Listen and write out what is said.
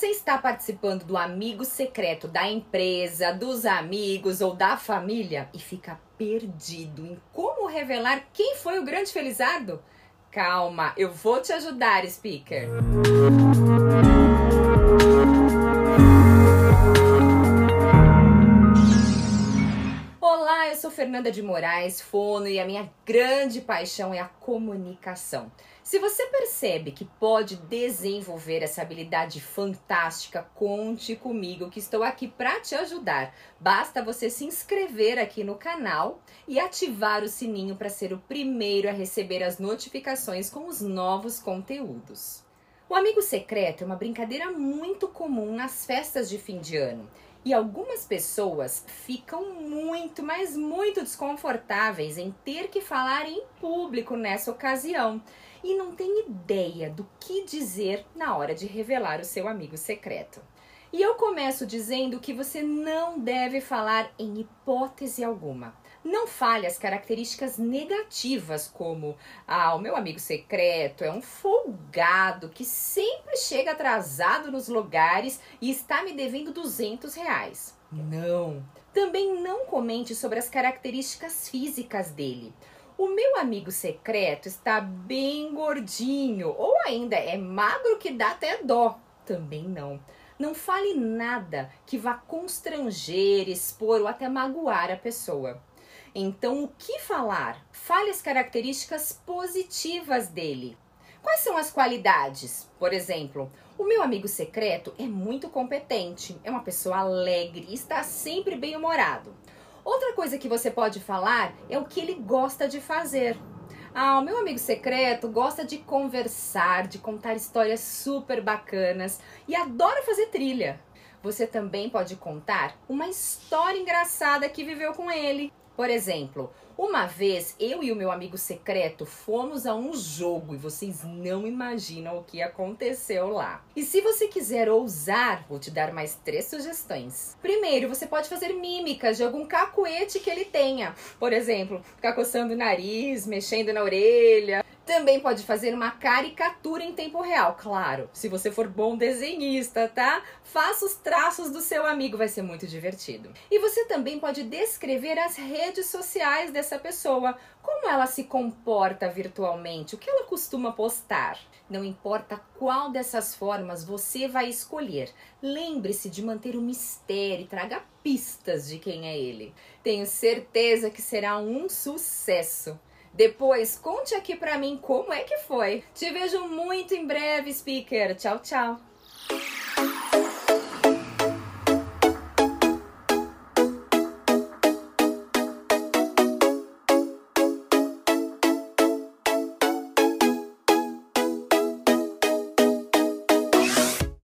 Você está participando do amigo secreto da empresa, dos amigos ou da família e fica perdido em como revelar quem foi o grande felizardo? Calma, eu vou te ajudar, speaker. Olá, eu sou Fernanda de Moraes, fono, e a minha grande paixão é a comunicação. Se você percebe que pode desenvolver essa habilidade fantástica, conte comigo que estou aqui para te ajudar. Basta você se inscrever aqui no canal e ativar o sininho para ser o primeiro a receber as notificações com os novos conteúdos. O amigo secreto é uma brincadeira muito comum nas festas de fim de ano. E algumas pessoas ficam muito, mas muito desconfortáveis em ter que falar em público nessa ocasião e não tem ideia do que dizer na hora de revelar o seu amigo secreto. E eu começo dizendo que você não deve falar em hipótese alguma. Não fale as características negativas como o meu amigo secreto é um folgado que sempre chega atrasado nos lugares e está me devendo R$200. Não! Também não comente sobre as características físicas dele. O meu amigo secreto está bem gordinho ou ainda é magro que dá até dó. Também não. Não fale nada que vá constranger, expor ou até magoar a pessoa. Então, o que falar? Fale as características positivas dele. Quais são as qualidades? Por exemplo, o meu amigo secreto é muito competente, é uma pessoa alegre e está sempre bem-humorado. Outra coisa que você pode falar é o que ele gosta de fazer. O meu amigo secreto gosta de conversar, de contar histórias super bacanas e adora fazer trilha. Você também pode contar uma história engraçada que viveu com ele. Por exemplo, uma vez eu e o meu amigo secreto fomos a um jogo e vocês não imaginam o que aconteceu lá. E se você quiser ousar, vou te dar mais 3 sugestões. Primeiro, você pode fazer mímicas de algum cacuete que ele tenha. Por exemplo, ficar coçando o nariz, mexendo na orelha. Também pode fazer uma caricatura em tempo real, claro, se você for bom desenhista, tá? Faça os traços do seu amigo, vai ser muito divertido. E você também pode descrever as redes sociais dessa pessoa, como ela se comporta virtualmente, o que ela costuma postar. Não importa qual dessas formas você vai escolher, lembre-se de manter o mistério e traga pistas de quem é ele. Tenho certeza que será um sucesso. Depois, conte aqui pra mim como é que foi. Te vejo muito em breve, speaker. Tchau, tchau.